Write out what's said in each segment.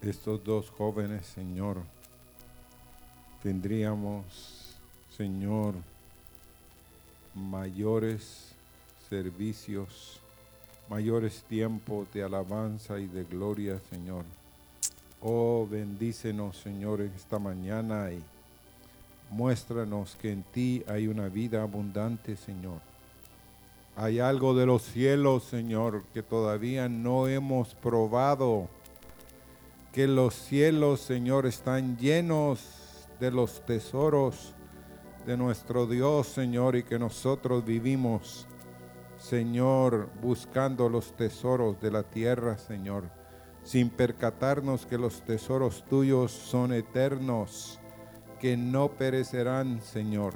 estos dos jóvenes, Señor, tendríamos, Señor, mayores servicios, mayores tiempos de alabanza y de gloria, Señor. Oh, bendícenos, Señor, en esta mañana y muéstranos que en ti hay una vida abundante, Señor. Hay algo de los cielos, Señor, que todavía no hemos probado. Que los cielos, Señor, están llenos de los tesoros de nuestro Dios, Señor, y que nosotros vivimos, Señor, buscando los tesoros de la tierra, Señor, sin percatarnos que los tesoros tuyos son eternos, que no perecerán, Señor.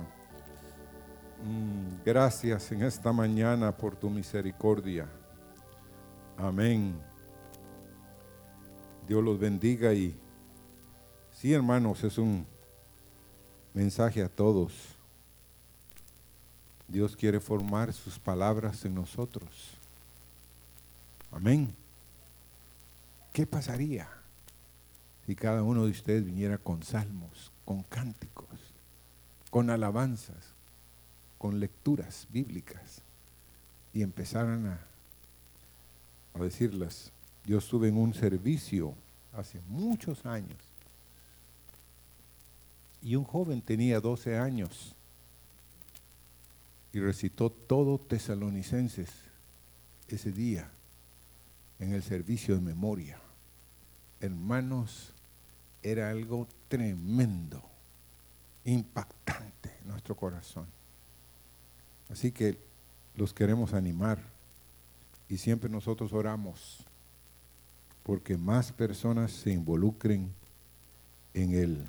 Gracias en esta mañana por tu misericordia. Amén. Dios los bendiga y sí, hermanos, es un mensaje a todos. Dios quiere formar sus palabras en nosotros. Amén. ¿Qué pasaría si cada uno de ustedes viniera con salmos, con cánticos, con alabanzas, con lecturas bíblicas y empezaran a decirlas? Yo estuve en un servicio hace muchos años y un joven tenía 12 años y recitó todo Tesalonicenses ese día en el servicio de memoria. Hermanos, era algo tremendo, impactante en nuestro corazón. Así que los queremos animar y siempre nosotros oramos porque más personas se involucren en el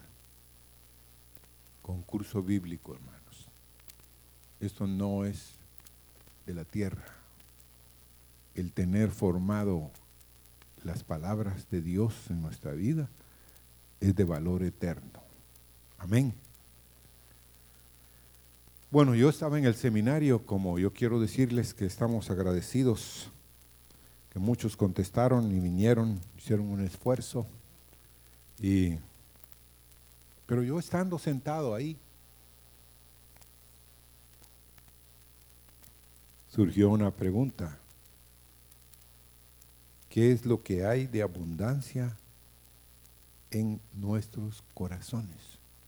concurso bíblico, hermanos. Esto no es de la tierra. El tener formado las palabras de Dios en nuestra vida es de valor eterno. Amén. Bueno, yo estaba en el seminario, como yo quiero decirles que estamos agradecidos, que muchos contestaron y vinieron, hicieron un esfuerzo. Pero yo estando sentado ahí, surgió una pregunta. ¿Qué es lo que hay de abundancia en nuestros corazones?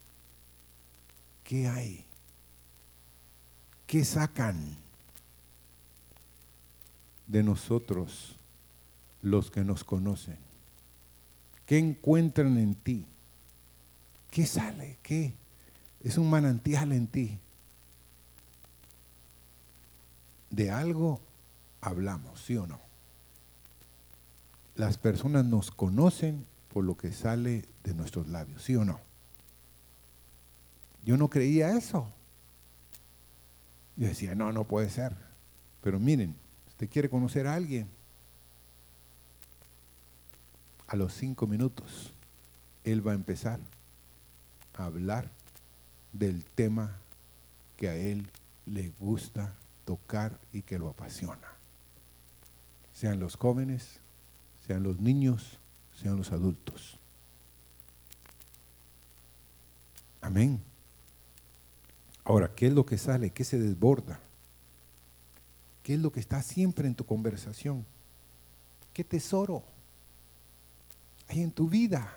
¿Qué hay? ¿Qué sacan de nosotros los que nos conocen? ¿Qué encuentran en ti? ¿Qué sale? ¿Qué? Es un manantial en ti. De algo hablamos, ¿sí o no? Las personas nos conocen por lo que sale de nuestros labios, ¿sí o no? Yo no creía eso. Yo decía, no puede ser. Pero miren, usted quiere conocer a alguien. A los 5 minutos, él va a empezar a hablar del tema que a él le gusta tocar y que lo apasiona. Sean los jóvenes, sean los niños, sean los adultos. Amén. Ahora, ¿qué es lo que sale? ¿Qué se desborda? ¿Qué es lo que está siempre en tu conversación? ¿Qué tesoro hay en tu vida?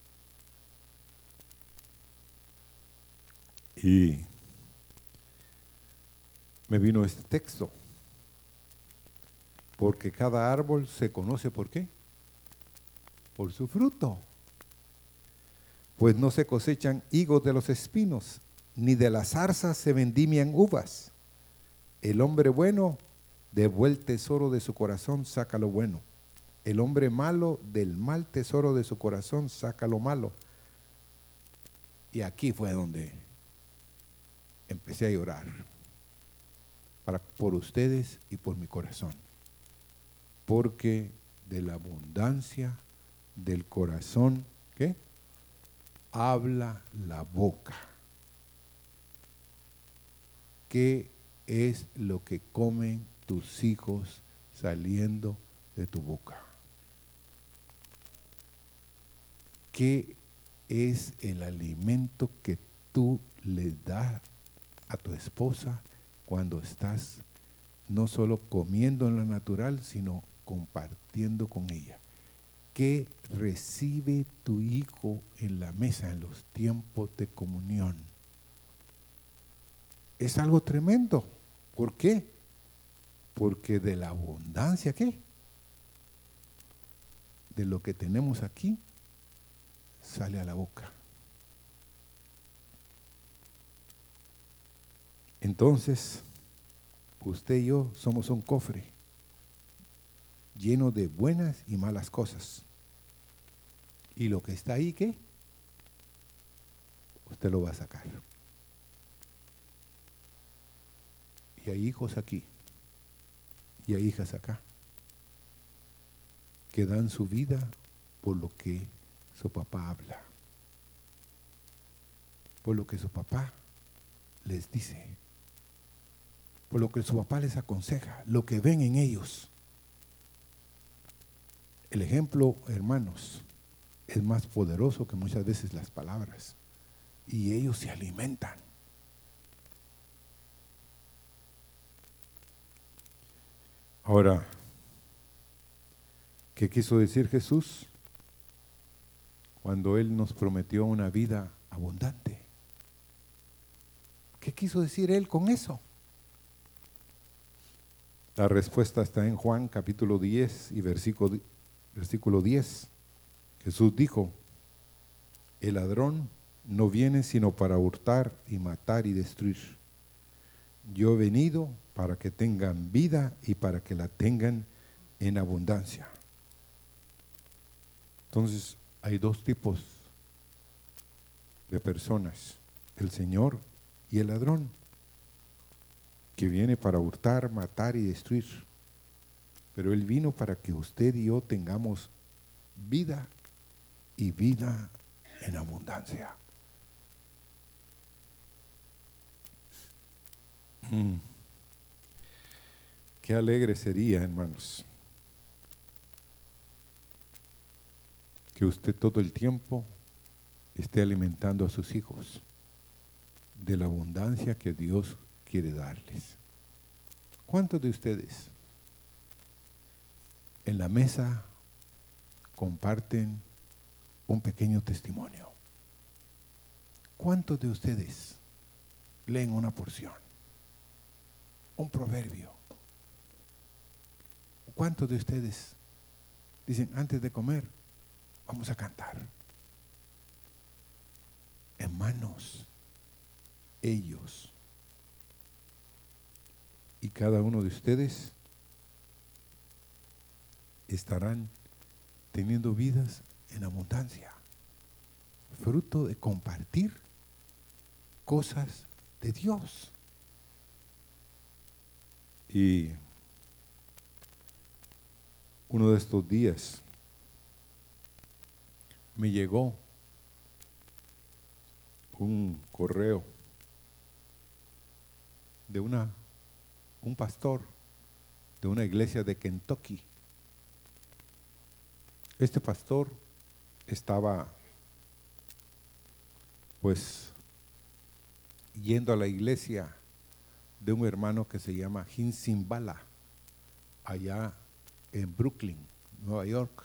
Y me vino este texto. Porque cada árbol se conoce ¿por qué? Por su fruto. Pues no se cosechan higos de los espinos, ni de las zarzas se vendimian uvas. El hombre bueno, de buen tesoro de su corazón, saca lo bueno. El hombre malo, del mal tesoro de su corazón, saca lo malo. Y aquí fue donde empecé a llorar. Por ustedes y por mi corazón. Porque de la abundancia del corazón, ¿qué? Habla la boca. ¿Qué es lo que comen tus hijos saliendo de tu boca? ¿Qué es el alimento que tú le das a tu esposa cuando estás no solo comiendo en lo natural, sino compartiendo con ella? ¿Qué recibe tu hijo en la mesa en los tiempos de comunión? Es algo tremendo. ¿Por qué? Porque de la abundancia, ¿qué? De lo que tenemos aquí, sale a la boca. Entonces, usted y yo somos un cofre lleno de buenas y malas cosas. Y lo que está ahí, ¿qué? Usted lo va a sacar. Y hay hijos aquí, y hay hijas acá, que dan su vida por lo que su papá habla, por lo que su papá les dice, por lo que su papá les aconseja, lo que ven en ellos. El ejemplo, hermanos, es más poderoso que muchas veces las palabras, y ellos se alimentan. Ahora, ¿qué quiso decir Jesús cuando Él nos prometió una vida abundante? ¿Qué quiso decir Él con eso? La respuesta está en Juan capítulo 10 y versículo 10. Jesús dijo: el ladrón no viene sino para hurtar y matar y destruir. Yo he venido para que tengan vida y para que la tengan en abundancia. Entonces, hay dos tipos de personas: el Señor y el ladrón, que viene para hurtar, matar y destruir. Pero Él vino para que usted y yo tengamos vida y vida en abundancia. Qué alegre sería, hermanos, que usted todo el tiempo esté alimentando a sus hijos de la abundancia que Dios quiere darles. ¿Cuántos de ustedes en la mesa comparten un pequeño testimonio? ¿Cuántos de ustedes leen una porción, un proverbio? ¿Cuántos de ustedes dicen, antes de comer, vamos a cantar? Hermanos, ellos y cada uno de ustedes estarán teniendo vidas en abundancia, fruto de compartir cosas de Dios. Y uno de estos días me llegó un correo de un pastor de una iglesia de Kentucky. Este pastor estaba pues yendo a la iglesia de un hermano que se llama Hinsimbala, allá en Brooklyn, Nueva York.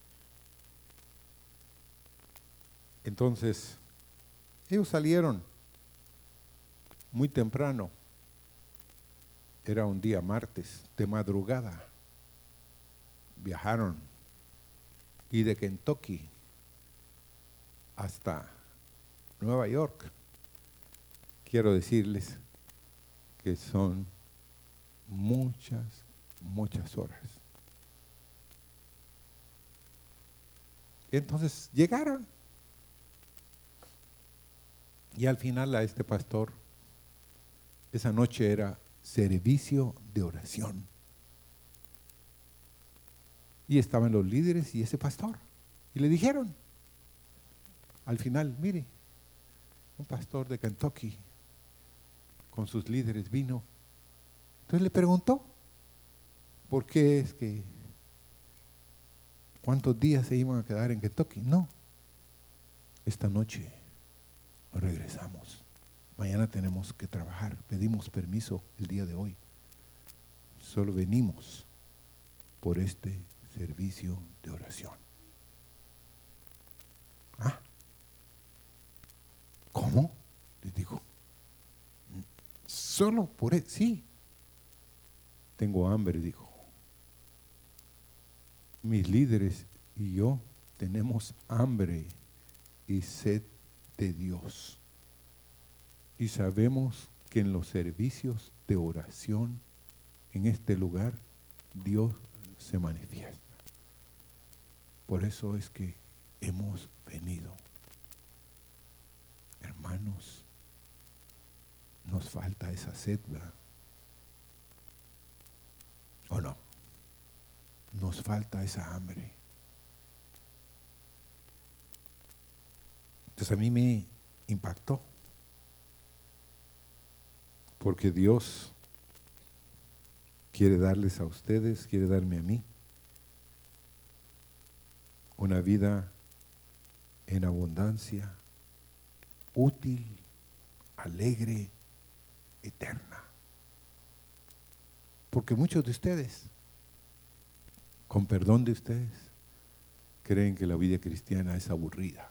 Entonces, ellos salieron muy temprano, era un día martes, de madrugada, viajaron, y de Kentucky hasta Nueva York, quiero decirles que son muchas horas. Entonces llegaron, y al final a este pastor, esa noche era servicio de oración. Y estaban los líderes y ese pastor. Y le dijeron, al final, mire, un pastor de Kentucky con sus líderes vino. Entonces le preguntó, ¿por qué es que cuántos días se iban a quedar en Kentucky? No, esta noche regresamos. Mañana tenemos que trabajar. Pedimos permiso el día de hoy. Solo venimos por este servicio de oración. ¿Ah? ¿Cómo? Les digo. Solo por eso. Sí. Tengo hambre, dijo. Mis líderes y yo tenemos hambre y sed de Dios. Y sabemos que en los servicios de oración en este lugar Dios se manifiesta. Por eso es que hemos venido. Hermanos, nos falta esa sed, ¿verdad? ¿O no? Nos falta esa hambre. Entonces a mí me impactó. Porque Dios quiere darles a ustedes, quiere darme a mí una vida en abundancia, útil, alegre, eterna. Porque muchos de ustedes, con perdón de ustedes, creen que la vida cristiana es aburrida.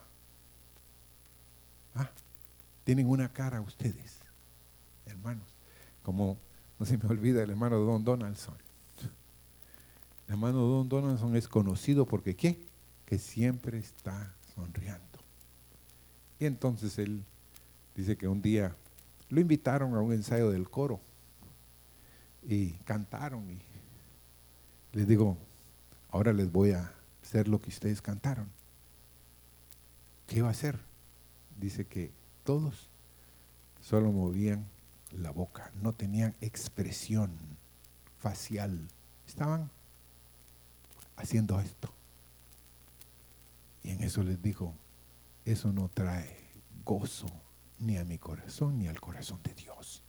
Tienen una cara ustedes, hermanos, como no se me olvida el hermano Don Donaldson. El hermano Don Donaldson es conocido porque ¿qué? Que siempre está sonriendo. Y entonces él dice que un día lo invitaron a un ensayo del coro y cantaron y les digo, ahora les voy a hacer lo que ustedes cantaron. ¿Qué iba a hacer? Dice que todos solo movían la boca, no tenían expresión facial, estaban haciendo esto. Y en eso les dijo, eso no trae gozo ni a mi corazón ni al corazón de Dios.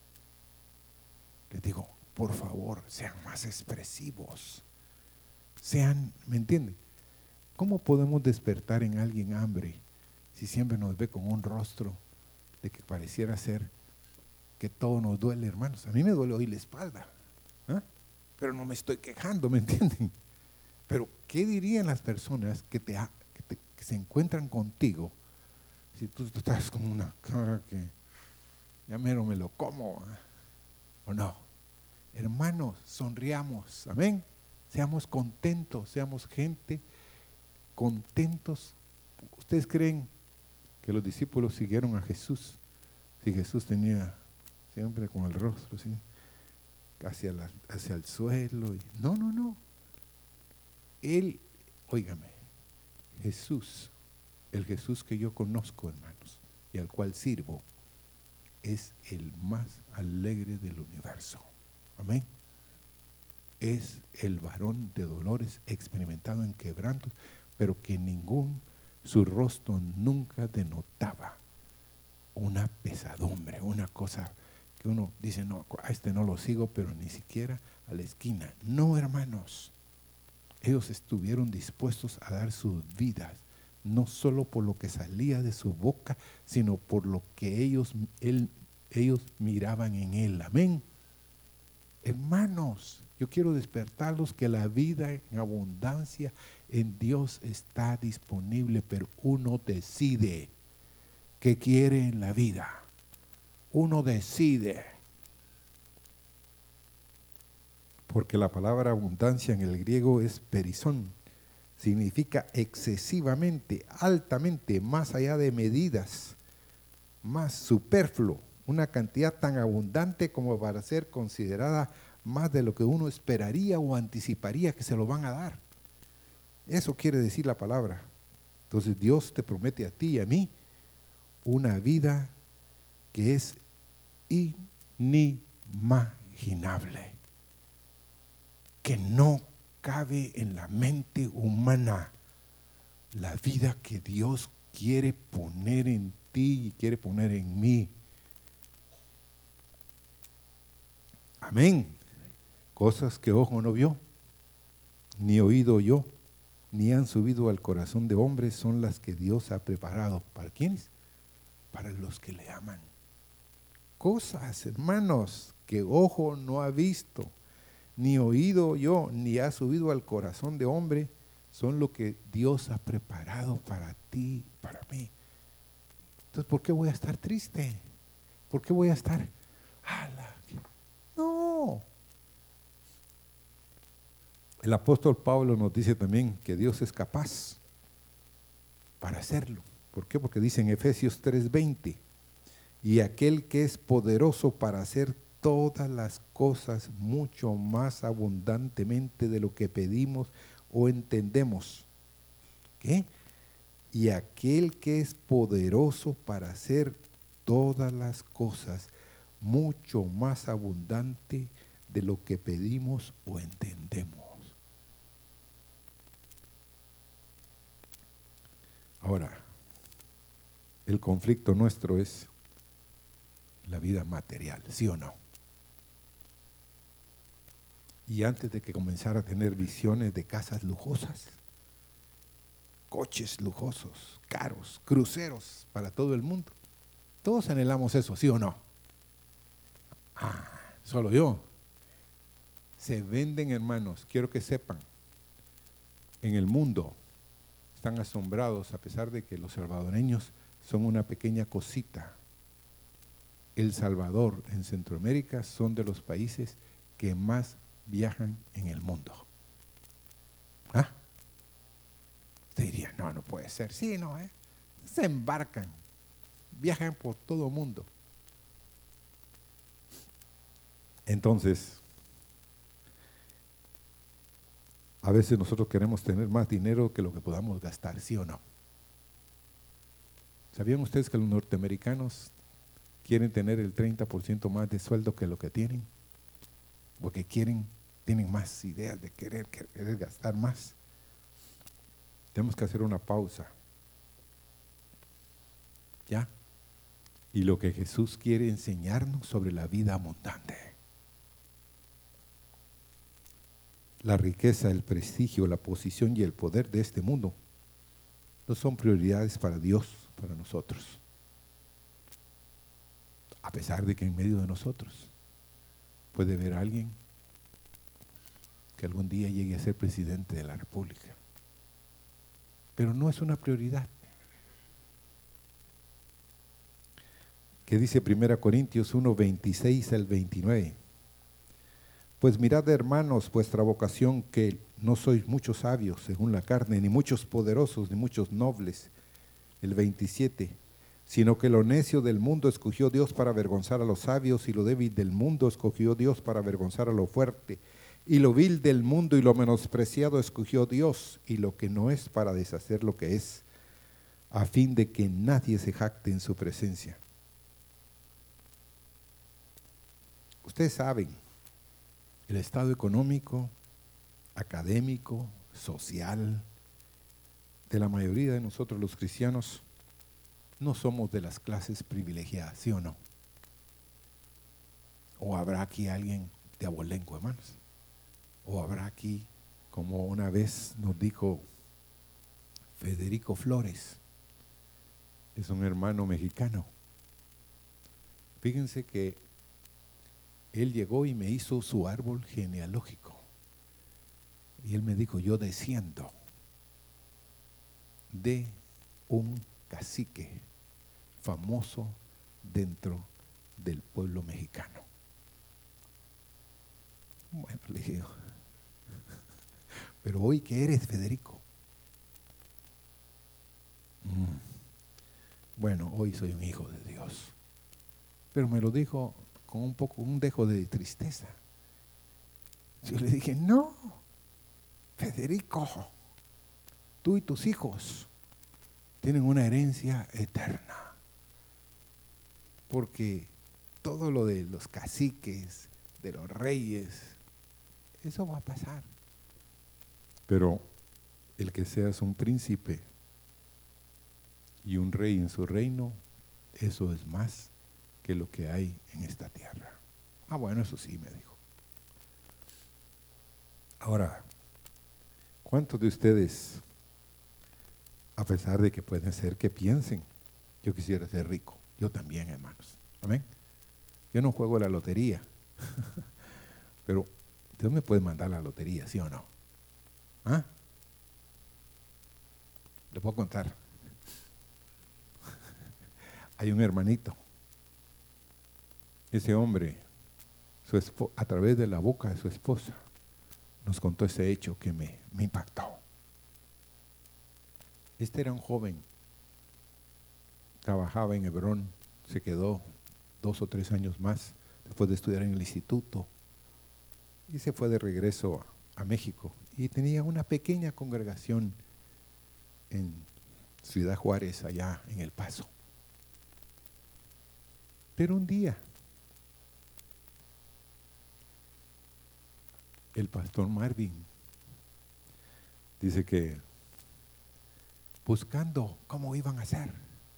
Les digo, por favor, sean más expresivos. Sean, ¿me entienden? ¿Cómo podemos despertar en alguien hambre si siempre nos ve con un rostro de que pareciera ser que todo nos duele, hermanos? A mí me duele hoy la espalda, pero no me estoy quejando, ¿me entienden? Pero ¿qué dirían las personas que se encuentran contigo si tú estás con una cara que ya mero me lo como? ¿O no? Hermanos, sonriamos, amén. Seamos contentos, seamos gente contentos. ¿Ustedes creen que los discípulos siguieron a Jesús? Si Jesús tenía siempre con el rostro así, hacia el suelo. No. Él, óigame, Jesús, el Jesús que yo conozco, hermanos, y al cual sirvo, es el más alegre del universo. Amén. Es el varón de dolores, experimentado en quebrantos, pero que su rostro nunca denotaba una pesadumbre, una cosa que uno dice, no, a este no lo sigo, pero ni siquiera a la esquina. No, hermanos, ellos estuvieron dispuestos a dar sus vidas, no solo por lo que salía de su boca, sino por lo que ellos miraban en él. Amén. Hermanos, yo quiero despertarlos que la vida en abundancia en Dios está disponible, pero uno decide qué quiere en la vida. Uno decide. Porque la palabra abundancia en el griego es perizón. Significa excesivamente, altamente, más allá de medidas, más superfluo. Una cantidad tan abundante como para ser considerada más de lo que uno esperaría o anticiparía que se lo van a dar. Eso quiere decir la palabra. Entonces Dios te promete a ti y a mí una vida que es inimaginable, que no cabe en la mente humana. La vida que Dios quiere poner en ti y quiere poner en mí. Amén. Cosas que ojo no vio, ni oído yo, ni han subido al corazón de hombres, son las que Dios ha preparado. ¿Para quiénes? Para los que le aman. Cosas, hermanos, que ojo no ha visto, ni oído yo, ni ha subido al corazón de hombre, son lo que Dios ha preparado para ti, para mí. Entonces, ¿por qué voy a estar triste? ¿Por qué voy a estar? ¡Hala! No. El apóstol Pablo nos dice también que Dios es capaz para hacerlo. ¿Por qué? Porque dice en Efesios 3:20, y aquel que es poderoso para hacer todas las cosas mucho más abundantemente de lo que pedimos o entendemos. ¿Qué? Y aquel que es poderoso para hacer todas las cosas mucho más abundante de lo que pedimos o entendemos. Ahora, el conflicto nuestro es la vida material, ¿sí o no? Y antes de que comenzara a tener visiones de casas lujosas, coches lujosos, caros, cruceros para todo el mundo, todos anhelamos eso, ¿sí o no? Solo yo. Se venden, hermanos, quiero que sepan, en el mundo están asombrados a pesar de que los salvadoreños son una pequeña cosita. El Salvador en Centroamérica son de los países que más viajan en el mundo. ¿Ah? Usted diría, no, no puede ser. Sí, no, se embarcan, viajan por todo el mundo. Entonces, a veces nosotros queremos tener más dinero que lo que podamos gastar, ¿sí o no? ¿Sabían ustedes que los norteamericanos quieren tener el 30% más de sueldo que lo que tienen? Porque tienen más ideas de querer gastar más. Tenemos que hacer una pausa. ¿Ya? Y lo que Jesús quiere enseñarnos sobre la vida abundante. La riqueza, el prestigio, la posición y el poder de este mundo no son prioridades para Dios, para nosotros. A pesar de que en medio de nosotros puede haber alguien que algún día llegue a ser presidente de la República. Pero no es una prioridad. ¿Qué dice 1 Corintios 1, 26 al 29? Pues mirad, hermanos, vuestra vocación, que no sois muchos sabios según la carne, ni muchos poderosos, ni muchos nobles. El 27, sino que lo necio del mundo escogió Dios para avergonzar a los sabios, y lo débil del mundo escogió Dios para avergonzar a lo fuerte. Y lo vil del mundo y lo menospreciado escogió Dios, y lo que no es para deshacer lo que es, a fin de que nadie se jacte en su presencia. Ustedes saben, el estado económico, académico, social, de la mayoría de nosotros los cristianos, no somos de las clases privilegiadas, ¿sí o no? ¿O habrá aquí alguien de abolengo, hermanos? ¿O habrá aquí, como una vez nos dijo Federico Flores, es un hermano mexicano? Fíjense que él llegó y me hizo su árbol genealógico. Y él me dijo, yo desciendo de un cacique famoso dentro del pueblo mexicano. Bueno, le dije, pero hoy, ¿qué eres, Federico? Bueno, hoy soy un hijo de Dios. Pero me lo dijo con un dejo de tristeza. Yo le dije, no, Federico, tú y tus hijos tienen una herencia eterna. Porque todo lo de los caciques, de los reyes, eso va a pasar. Pero el que seas un príncipe y un rey en su reino, eso es más que lo que hay en esta tierra. Bueno, eso sí, me dijo. Ahora, ¿cuántos de ustedes A pesar de que pueden ser que piensen, yo quisiera ser rico. Yo también, hermanos. Amén. Yo no juego la lotería, pero Dios me puede mandar la lotería, ¿sí o no? ¿Ah? Le puedo contar. Hay un hermanito. Ese hombre, a través de la boca de su esposa, nos contó ese hecho que me impactó. Este era un joven, trabajaba en Hebrón, se quedó 2 o 3 años más después de estudiar en el instituto y se fue de regreso a México y tenía una pequeña congregación en Ciudad Juárez, allá en El Paso. Pero un día el pastor Marvin dice que buscando cómo iban a hacer,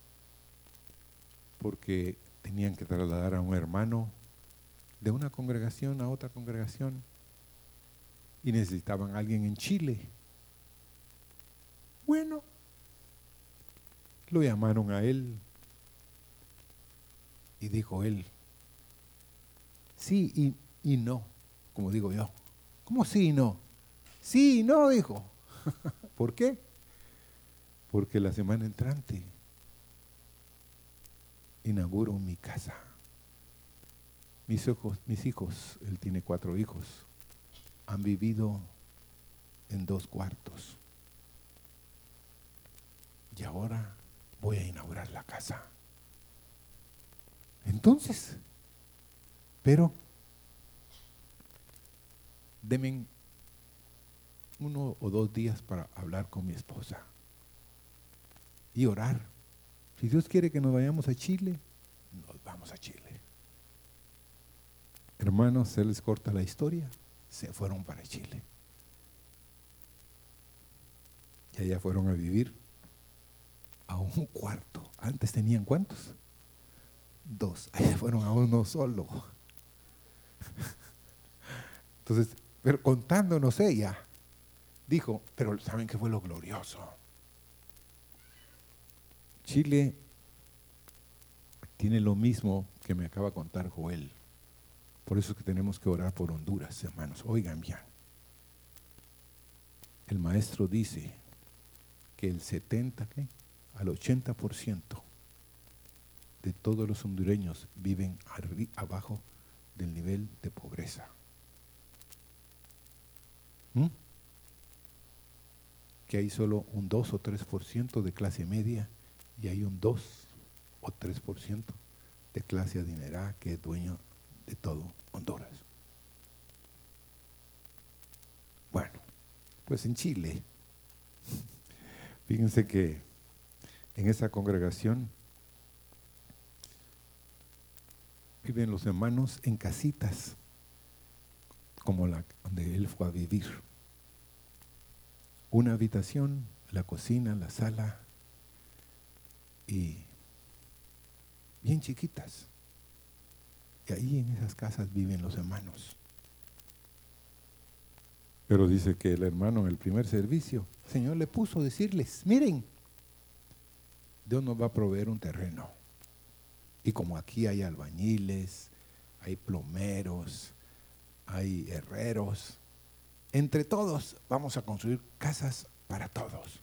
porque tenían que trasladar a un hermano de una congregación a otra congregación y necesitaban a alguien en Chile. Bueno, lo llamaron a él y dijo él, sí y no, como digo yo. ¿Cómo sí y no? Sí y no, dijo. ¿Por qué? Porque la semana entrante inauguro mi casa. Mis hijos, él tiene 4 hijos, han vivido en 2 cuartos. Y ahora voy a inaugurar la casa. Entonces, pero denme 1 o 2 días para hablar con mi esposa y orar. Si Dios quiere que nos vayamos a Chile, nos vamos a Chile. Hermanos, se les corta la historia, se fueron para Chile. Y allá fueron a vivir a un cuarto. Antes tenían ¿cuántos? 2. Allá fueron a uno solo. Entonces, pero contándonos ella, dijo, pero ¿saben qué fue lo glorioso? Chile tiene lo mismo que me acaba de contar Joel. Por eso es que tenemos que orar por Honduras, hermanos. Oigan bien. El maestro dice que el 70 al 80% de todos los hondureños viven abajo del nivel de pobreza. Que hay solo un 2 o 3% de clase media y hay un 2 o 3% de clase adinerada que es dueño de todo Honduras. Bueno, pues en Chile, fíjense que en esa congregación viven los hermanos en casitas, como la donde él fue a vivir. Una habitación, la cocina, la sala, y bien chiquitas. Y ahí en esas casas viven los hermanos. Pero dice que el hermano en el primer servicio, el Señor le puso a decirles, miren, Dios nos va a proveer un terreno. Y como aquí hay albañiles, hay plomeros, hay herreros, entre todos vamos a construir casas para todos.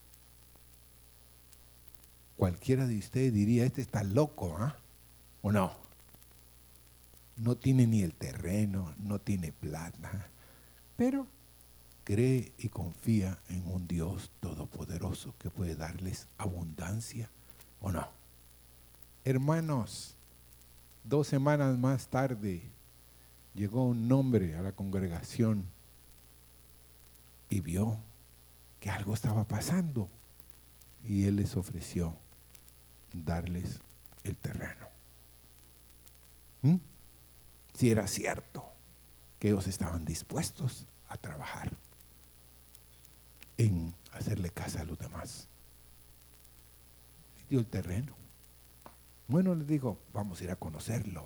Cualquiera de ustedes diría, este está loco, ¿ah? ¿O no? No tiene ni el terreno, no tiene plata, pero cree y confía en un Dios todopoderoso que puede darles abundancia, ¿o no? Hermanos, 2 semanas más tarde llegó un hombre a la congregación y vio que algo estaba pasando y él les ofreció darles el terreno. Si era cierto que ellos estaban dispuestos a trabajar en hacerle casa a los demás. Les dio el terreno. Bueno, les dijo, vamos a ir a conocerlo.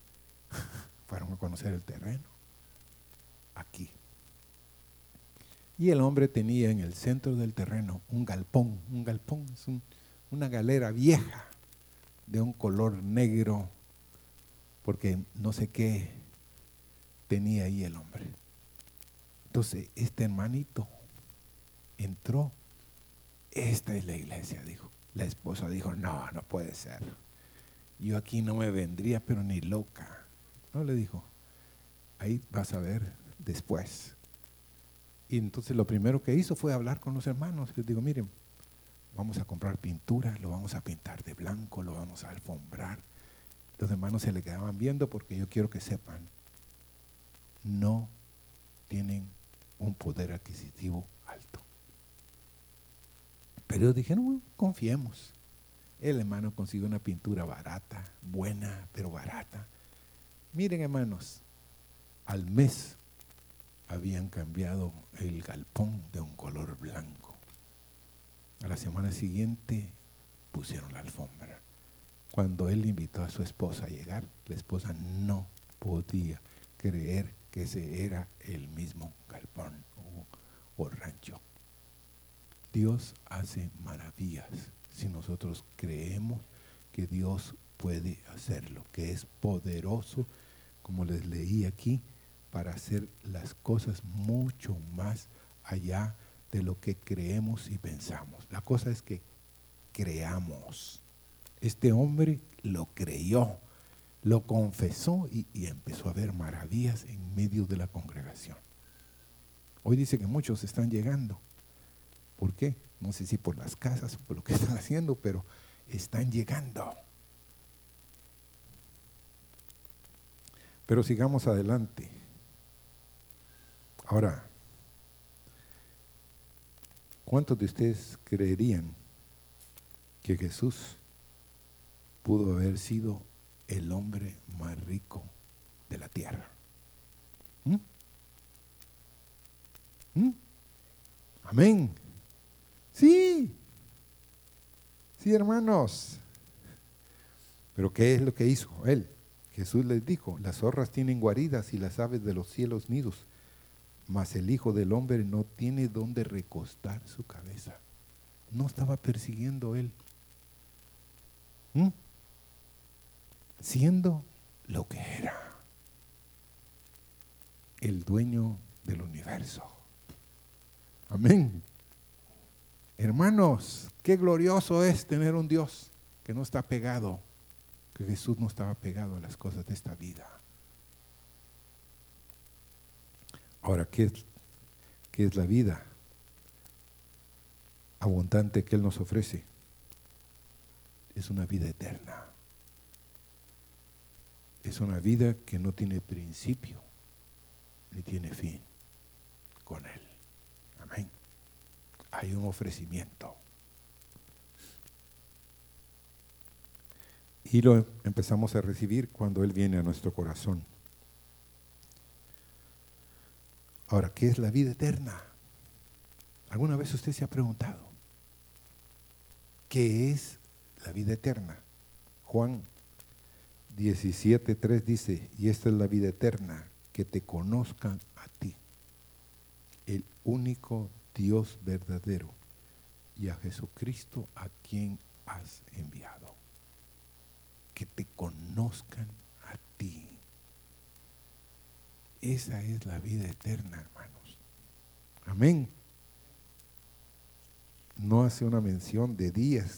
Fueron a conocer el terreno. Aquí. Y el hombre tenía en el centro del terreno un galpón. Un galpón es una galera vieja de un color negro, porque no sé qué tenía ahí el hombre. Entonces este hermanito entró. Esta es la iglesia, dijo. La esposa dijo, no, no puede ser. Yo aquí no me vendría, pero ni loca. No, le dijo, ahí vas a ver después. Y entonces lo primero que hizo fue hablar con los hermanos. Les digo, miren, vamos a comprar pintura, lo vamos a pintar de blanco, lo vamos a alfombrar. Los hermanos se le quedaban viendo porque yo quiero que sepan, no tienen un poder adquisitivo alto. Pero ellos dijeron, bueno, confiemos. El hermano consiguió una pintura barata, buena, pero barata. Miren, hermanos, al mes habían cambiado el galpón de un color blanco. A la semana siguiente pusieron la alfombra. Cuando él invitó a su esposa a llegar, la esposa no podía creer que ese era el mismo galpón o rancho. Dios hace maravillas si nosotros creemos que Dios puede hacerlo, que es poderoso, como les leí aquí, para hacer las cosas mucho más allá de lo que creemos y pensamos. La cosa es que creamos. Este hombre lo creyó, lo confesó y empezó a ver maravillas en medio de la congregación. Hoy dice que muchos están llegando. ¿Por qué? No sé si por las casas o por lo que están haciendo, pero están llegando. Pero sigamos adelante. Ahora, ¿cuántos de ustedes creerían que Jesús pudo haber sido el hombre más rico de la tierra? Amén. Sí, hermanos. Pero ¿qué es lo que hizo él? Jesús les dijo, las zorras tienen guaridas y las aves de los cielos nidos, mas el Hijo del Hombre no tiene dónde recostar su cabeza. No estaba persiguiendo él. Siendo lo que era, el dueño del universo. Amén. Hermanos, qué glorioso es tener un Dios que no está pegado, que Jesús no estaba pegado a las cosas de esta vida. Ahora, ¿qué es la vida abundante que Él nos ofrece? Es una vida eterna. Es una vida que no tiene principio ni tiene fin con Él. Amén. Hay un ofrecimiento. Y lo empezamos a recibir cuando Él viene a nuestro corazón. Ahora, ¿qué es la vida eterna? ¿Alguna vez usted se ha preguntado qué es la vida eterna? Juan 17:3 dice, y esta es la vida eterna, que te conozcan a ti, el único Dios verdadero, y a Jesucristo a quien has enviado. Que te conozcan a ti. Esa es la vida eterna, hermanos. Amén. No hace una mención de días,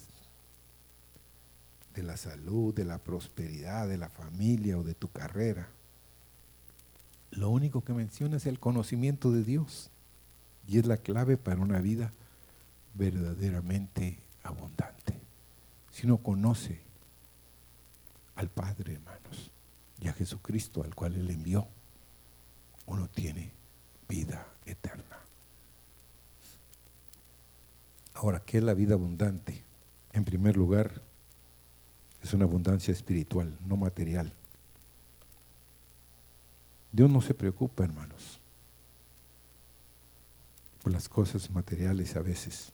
de la salud, de la prosperidad, de la familia o de tu carrera. Lo único que menciona es el conocimiento de Dios. Y es la clave para una vida verdaderamente abundante. Si uno conoce al Padre, hermanos, y a Jesucristo al cual Él envió, uno tiene vida eterna. Ahora, ¿qué es la vida abundante? En primer lugar, es una abundancia espiritual, no material. Dios no se preocupa, hermanos, por las cosas materiales a veces.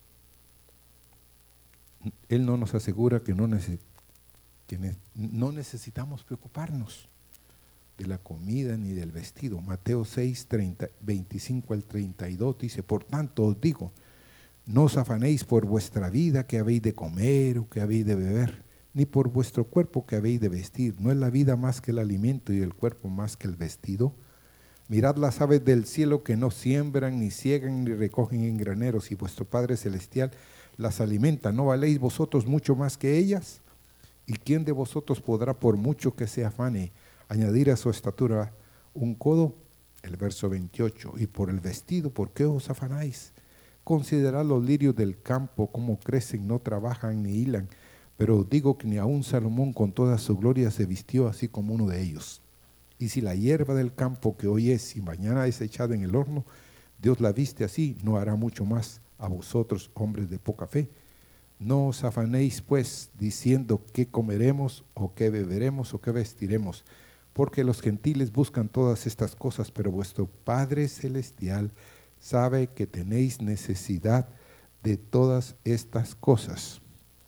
Él no nos asegura que no necesitamos preocuparnos. de la comida ni del vestido. Mateo 6, 25 al 32 dice, por tanto os digo, no os afanéis por vuestra vida que habéis de comer o que habéis de beber, ni por vuestro cuerpo que habéis de vestir. ¿No es la vida más que el alimento y el cuerpo más que el vestido? Mirad las aves del cielo que no siembran, ni ciegan, ni recogen en graneros, y vuestro Padre Celestial las alimenta. ¿No valéis vosotros mucho más que ellas? ¿Y quién de vosotros podrá, por mucho que se afane, añadir a su estatura un codo? El verso 28, y por el vestido, ¿por qué os afanáis? Considerad los lirios del campo, cómo crecen, no trabajan ni hilan, pero os digo que ni aun Salomón con toda su gloria se vistió así como uno de ellos. Y si la hierba del campo que hoy es y mañana es echada en el horno, Dios la viste así, no hará mucho más a vosotros, hombres de poca fe. No os afanéis pues diciendo qué comeremos o qué beberemos o qué vestiremos, porque los gentiles buscan todas estas cosas, pero vuestro Padre Celestial sabe que tenéis necesidad de todas estas cosas.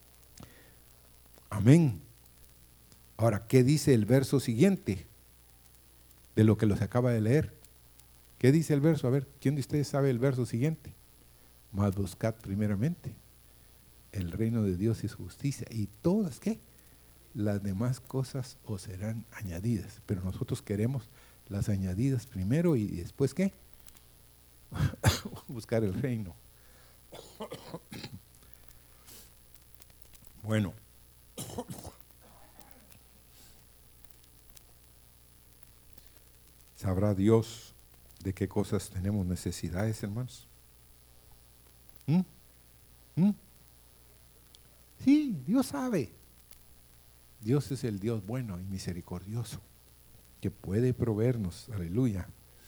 Amén. Ahora, ¿qué dice el verso siguiente de lo que los acaba de leer? ¿Qué dice el verso? A ver, ¿quién de ustedes sabe el verso siguiente? Mas buscad primeramente el reino de Dios y su justicia, y todas, ¿qué? Las demás cosas os serán añadidas. Pero nosotros queremos las añadidas primero y después, ¿qué? Buscar el reino. Bueno, ¿sabrá Dios de qué cosas tenemos necesidades, hermanos? Sí, Dios sabe. Dios es el Dios bueno y misericordioso, que puede proveernos. Aleluya.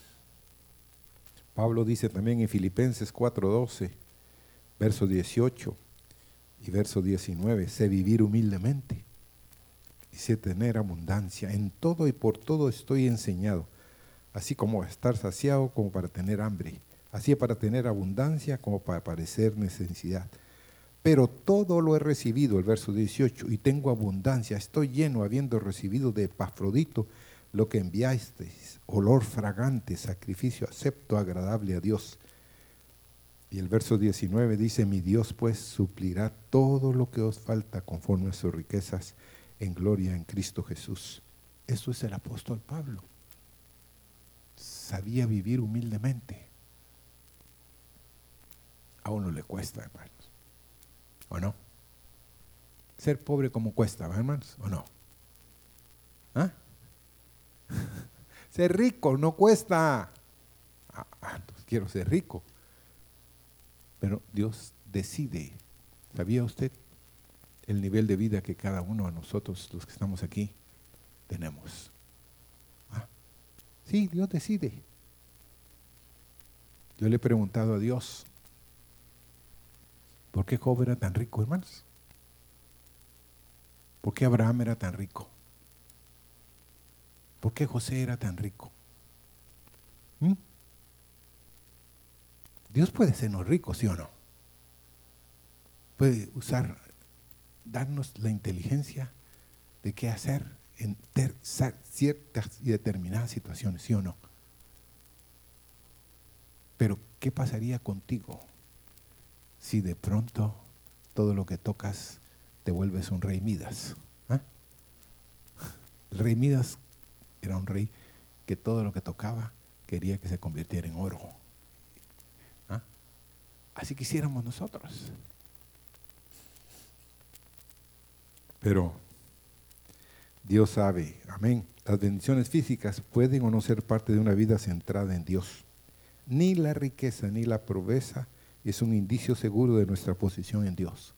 Pablo dice también en Filipenses 4:12, verso 18 y verso 19, sé vivir humildemente y sé tener abundancia. En todo y por todo estoy enseñado, así como a estar saciado como para tener hambre, así para tener abundancia como para padecer necesidad. Pero todo lo he recibido, el verso 18, y tengo abundancia, estoy lleno, habiendo recibido de Epafrodito lo que enviasteis, olor fragante, sacrificio acepto, agradable a Dios. Y el verso 19 dice, mi Dios pues suplirá todo lo que os falta conforme a sus riquezas en gloria en Cristo Jesús. Eso es el apóstol Pablo. Sabía vivir humildemente. A uno le cuesta, hermanos. ¿O no? Ser pobre como cuesta, hermanos, ¿o no? ¿Ah? Ser rico no cuesta. Entonces quiero ser rico. Pero Dios decide. ¿Sabía usted el nivel de vida que cada uno de nosotros, los que estamos aquí, tenemos? Sí, Dios decide. Yo le he preguntado a Dios, ¿por qué Job era tan rico, hermanos? ¿Por qué Abraham era tan rico? ¿Por qué José era tan rico? Dios puede sernos ricos, ¿sí o no? Puede darnos la inteligencia de qué hacer en ciertas y determinadas situaciones, ¿sí o no? Pero, ¿qué pasaría contigo si de pronto todo lo que tocas te vuelves un rey Midas? El rey Midas era un rey que todo lo que tocaba quería que se convirtiera en oro. Así quisiéramos nosotros. Pero Dios sabe, amén. Las bendiciones físicas pueden o no ser parte de una vida centrada en Dios. Ni la riqueza ni la pobreza es un indicio seguro de nuestra posición en Dios.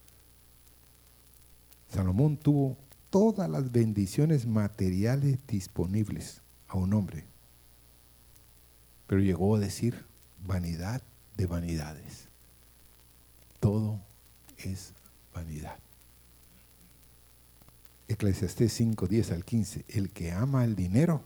Salomón tuvo todas las bendiciones materiales disponibles a un hombre, pero llegó a decir, vanidad de vanidades. Todo es vanidad. Eclesiastés 5:10 al 15. El que ama el dinero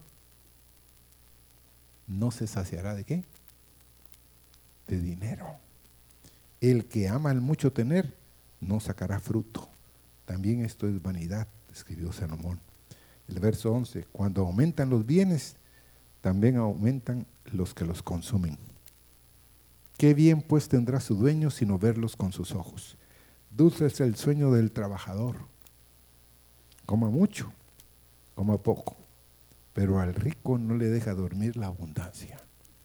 no se saciará ¿de qué? De dinero. El que ama el mucho tener no sacará fruto. También esto es vanidad, escribió Salomón. El verso 11, cuando aumentan los bienes, también aumentan los que los consumen. Qué bien pues tendrá su dueño sino verlos con sus ojos. Dulce es el sueño del trabajador. Coma mucho, coma poco, pero al rico no le deja dormir la abundancia.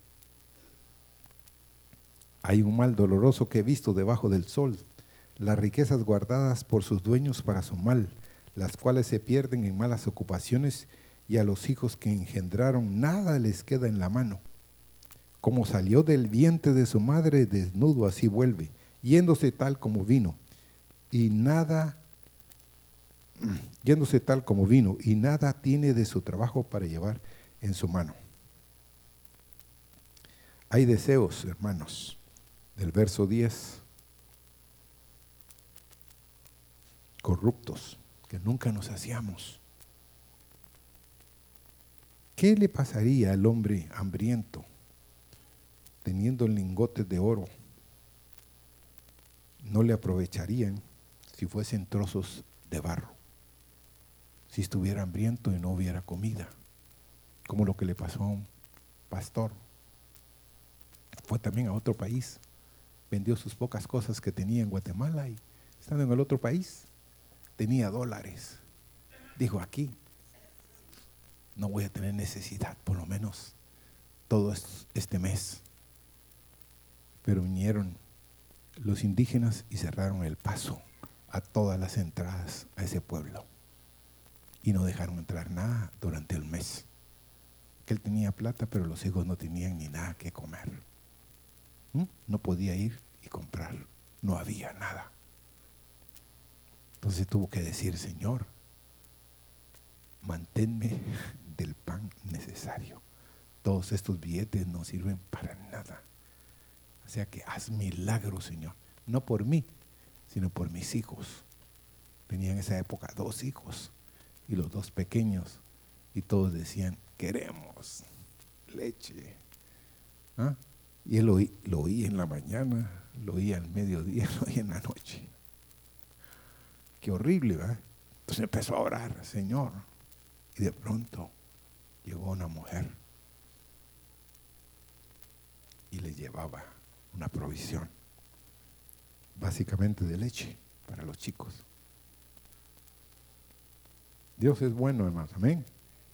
Hay un mal doloroso que he visto debajo del sol, las riquezas guardadas por sus dueños para su mal, las cuales se pierden en malas ocupaciones, y a los hijos que engendraron nada les queda en la mano. Como salió del vientre de su madre desnudo, así vuelve, yéndose tal como vino, y nada tiene de su trabajo para llevar en su mano. Hay deseos, hermanos, del verso 10, corruptos, que nunca nos hacíamos. ¿Qué le pasaría al hombre hambriento teniendo lingotes de oro? No le aprovecharían si fuesen trozos de barro, si estuviera hambriento y no hubiera comida, como lo que le pasó a un pastor. Fue también a otro país, vendió sus pocas cosas que tenía en Guatemala y estando en el otro país tenía dólares. Dijo, aquí no voy a tener necesidad, por lo menos todo este mes. Pero vinieron los indígenas y cerraron el paso a todas las entradas a ese pueblo y no dejaron entrar nada durante el mes. Que él tenía plata, pero los hijos no tenían ni nada que comer. No podía ir y comprar, no había nada. Entonces tuvo que decir, Señor, manténme del pan necesario. Todos estos billetes no sirven para nada. O sea que haz milagros, Señor. No por mí, sino por mis hijos. Tenía en esa época 2 hijos y los 2 pequeños. Y todos decían, queremos leche. ¿Ah? Y él lo oía en la mañana, lo oía al mediodía, lo oía en la noche. Qué horrible, ¿verdad? Entonces empezó a orar, Señor. Y de pronto llegó una mujer y le llevaba una provisión, básicamente de leche para los chicos. Dios es bueno, hermanos, amén.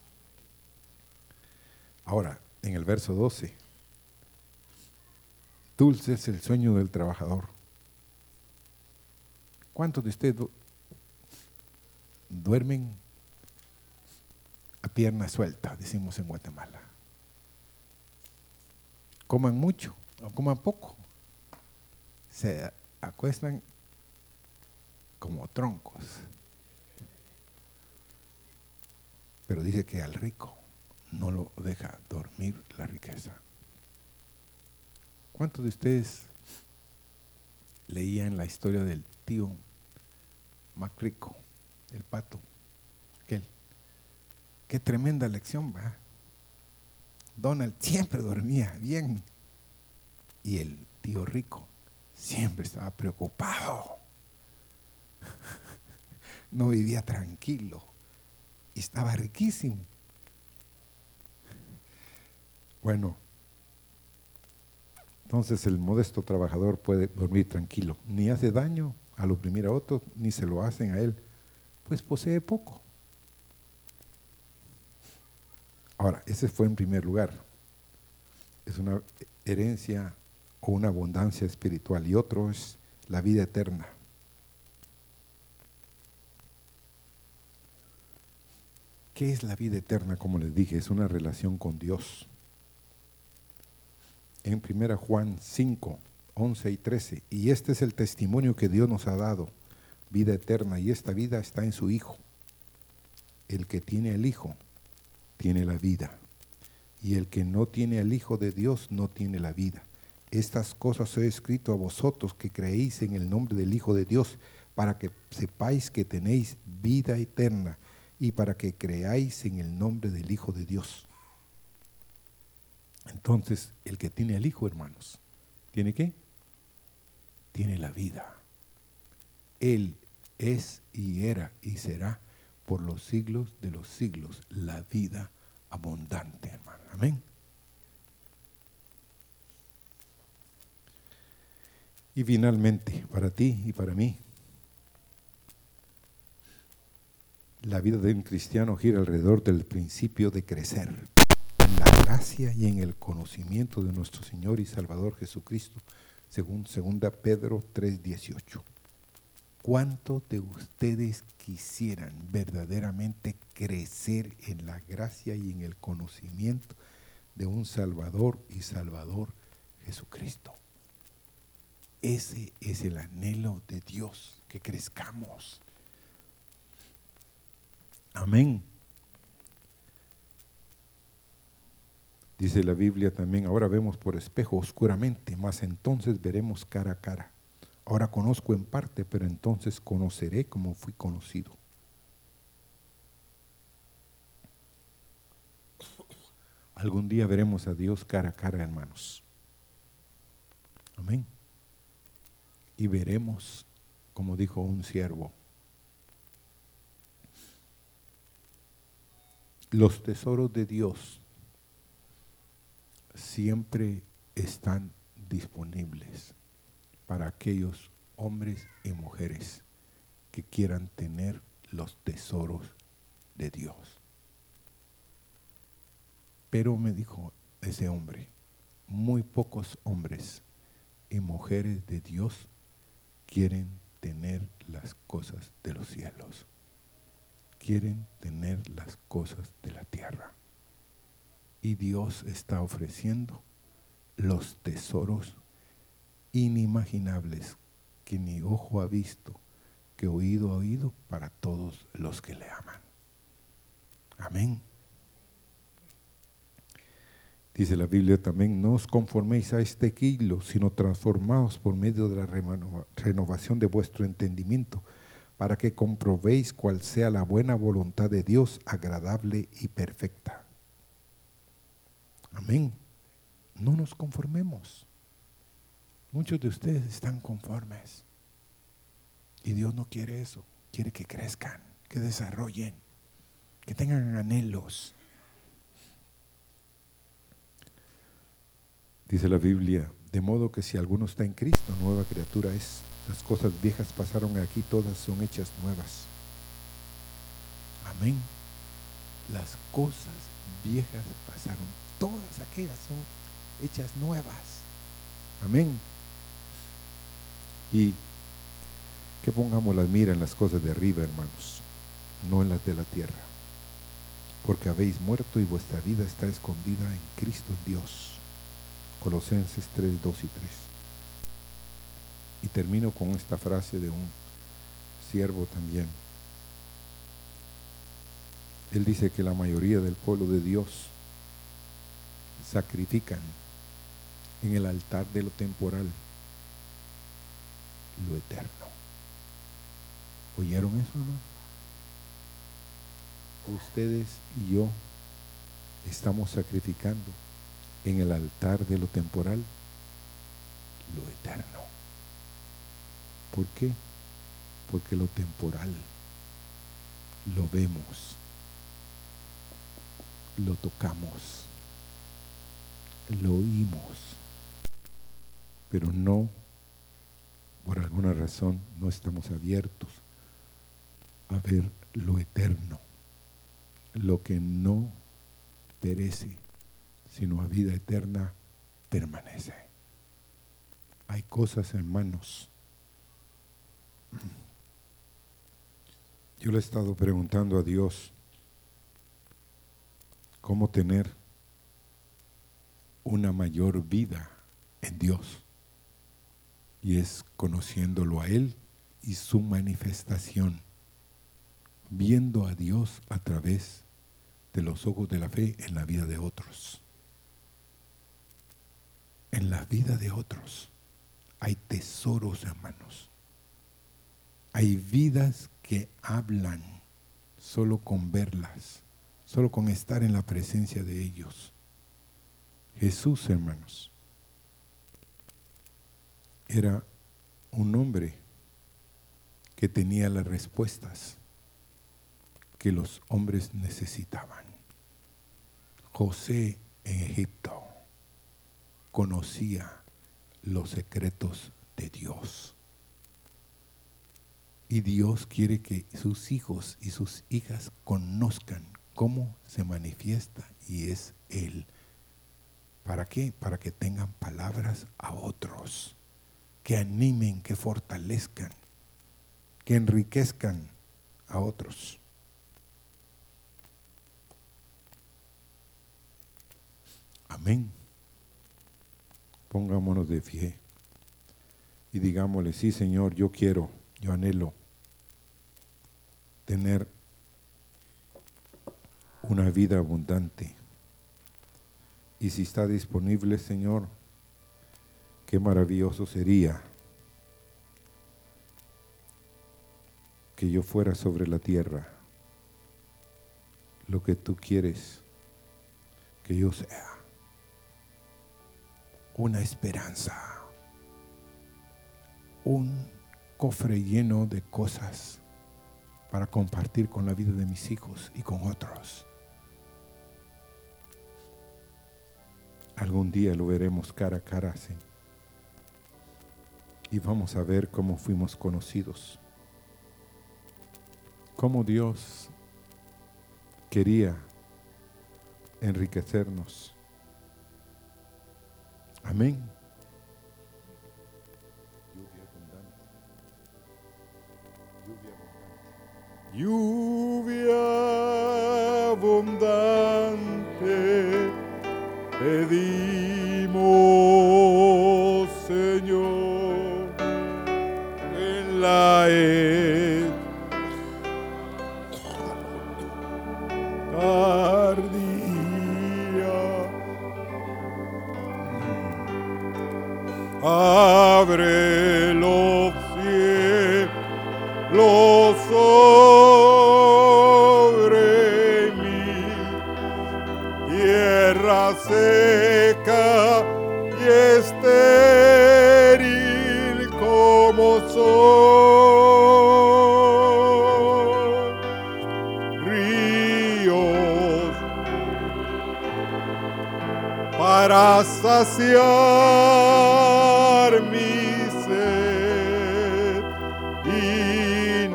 Ahora, en el verso 12, dulce es el sueño del trabajador. ¿Cuántos de ustedes duermen a pierna suelta, decimos en Guatemala? Coman mucho o coman poco. Se acuestan como troncos. Pero dice que al rico no lo deja dormir la riqueza. ¿Cuántos de ustedes leían la historia del tío Macrico, el pato? Qué tremenda lección, ¿va? Donald siempre dormía bien y el tío rico siempre estaba preocupado. No vivía tranquilo y estaba riquísimo. Bueno, entonces el modesto trabajador puede dormir tranquilo, ni hace daño al oprimir a otros, ni se lo hacen a él, pues posee poco. Ahora, ese fue en primer lugar. Es una herencia o una abundancia espiritual, y otro es la vida eterna. ¿Qué es la vida eterna? Como les dije, es una relación con Dios. En 1 Juan 5, 11 y 13, y este es el testimonio que Dios nos ha dado, vida eterna, y esta vida está en su Hijo. El que tiene el Hijo tiene la vida, y el que no tiene al Hijo de Dios no tiene la vida. Estas cosas he escrito a vosotros que creéis en el nombre del Hijo de Dios, para que sepáis que tenéis vida eterna, y para que creáis en el nombre del Hijo de Dios. Entonces, el que tiene al Hijo, hermanos, ¿tiene qué? Tiene la vida. Él es y era y será por los siglos de los siglos, la vida abundante, hermano. Amén. Y finalmente, para ti y para mí, la vida de un cristiano gira alrededor del principio de crecer en la gracia y en el conocimiento de nuestro Señor y Salvador Jesucristo, según 2 Pedro 3:18. ¿Cuántos de ustedes quisieran verdaderamente crecer en la gracia y en el conocimiento de un Salvador y Salvador Jesucristo? Ese es el anhelo de Dios, que crezcamos. Amén. Dice la Biblia también, ahora vemos por espejo oscuramente, mas entonces veremos cara a cara. Ahora conozco en parte, pero entonces conoceré como fui conocido. Algún día veremos a Dios cara a cara, hermanos. Amén. Y veremos, como dijo un siervo, los tesoros de Dios siempre están disponibles para aquellos hombres y mujeres que quieran tener los tesoros de Dios. Pero me dijo ese hombre, muy pocos hombres y mujeres de Dios quieren tener las cosas de los cielos. Quieren tener las cosas de la tierra. Y Dios está ofreciendo los tesoros inimaginables que ni ojo ha visto, que oído ha oído, para todos los que le aman. Amén. Dice la Biblia también, no os conforméis a este siglo, sino transformaos por medio de la renovación de vuestro entendimiento, para que comprobéis cuál sea la buena voluntad de Dios, agradable y perfecta. Amén. No nos conformemos. Muchos de ustedes están conformes. Y Dios no quiere eso. Quiere que crezcan, que desarrollen, que tengan anhelos. Dice la Biblia, de modo que si alguno está en Cristo, nueva criatura es. Las cosas viejas pasaron aquí, todas son hechas nuevas. Amén. Las cosas viejas pasaron, todas aquellas son hechas nuevas. Amén. Y que pongamos la mira en las cosas de arriba, hermanos, no en las de la tierra. Porque habéis muerto y vuestra vida está escondida en Cristo en Dios. Colosenses 3, 2 y 3. Y termino con esta frase de un siervo también. Él dice que la mayoría del pueblo de Dios sacrifican en el altar de lo temporal lo eterno. ¿Oyeron eso, no? Ustedes y yo estamos sacrificando en el altar de lo temporal lo eterno. ¿Por qué? Porque lo temporal lo vemos, lo tocamos, lo oímos, pero no, por alguna razón, no estamos abiertos a ver lo eterno, lo que no perece, sino a vida eterna permanece. Hay cosas, hermanos. Yo le he estado preguntando a Dios cómo tener una mayor vida en Dios. Y es conociéndolo a Él y su manifestación, viendo a Dios a través de los ojos de la fe en la vida de otros. En la vida de otros hay tesoros, hermanos. Hay vidas que hablan solo con verlas, solo con estar en la presencia de ellos. Jesús, hermanos, era un hombre que tenía las respuestas que los hombres necesitaban. José en Egipto conocía los secretos de Dios. Y Dios quiere que sus hijos y sus hijas conozcan cómo se manifiesta y es Él. ¿Para qué? Para que tengan palabras a otros, que animen, que fortalezcan, que enriquezcan a otros. Amén. Pongámonos de pie y digámosle: sí, Señor, yo quiero, yo anhelo tener una vida abundante. Y si está disponible, Señor, qué maravilloso sería que yo fuera sobre la tierra lo que tú quieres que yo sea. Una esperanza, un cofre lleno de cosas para compartir con la vida de mis hijos y con otros. Algún día lo veremos cara a cara, ¿sí? Y vamos a ver cómo fuimos conocidos, cómo Dios quería enriquecernos. Amén. Lluvia abundante pedimos, Señor, en la tardía. Abre los cielos sobre mí, tierra seca y estéril como soy, ríos para saciar mi sed y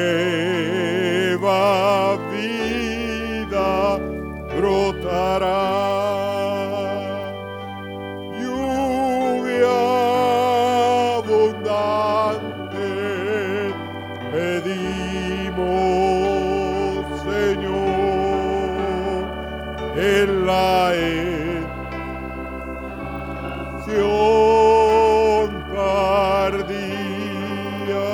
nueva vida brotará. Lluvia abundante pedimos, Señor, en la tardía.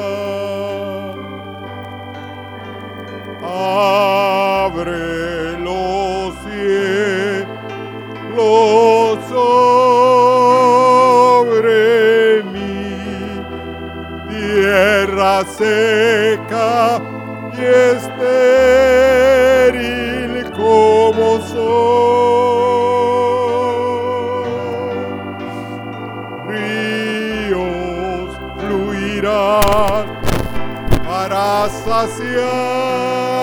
Abre los cielos sobre mí, tierra seca y estéril como soy, ríos fluirán para saciar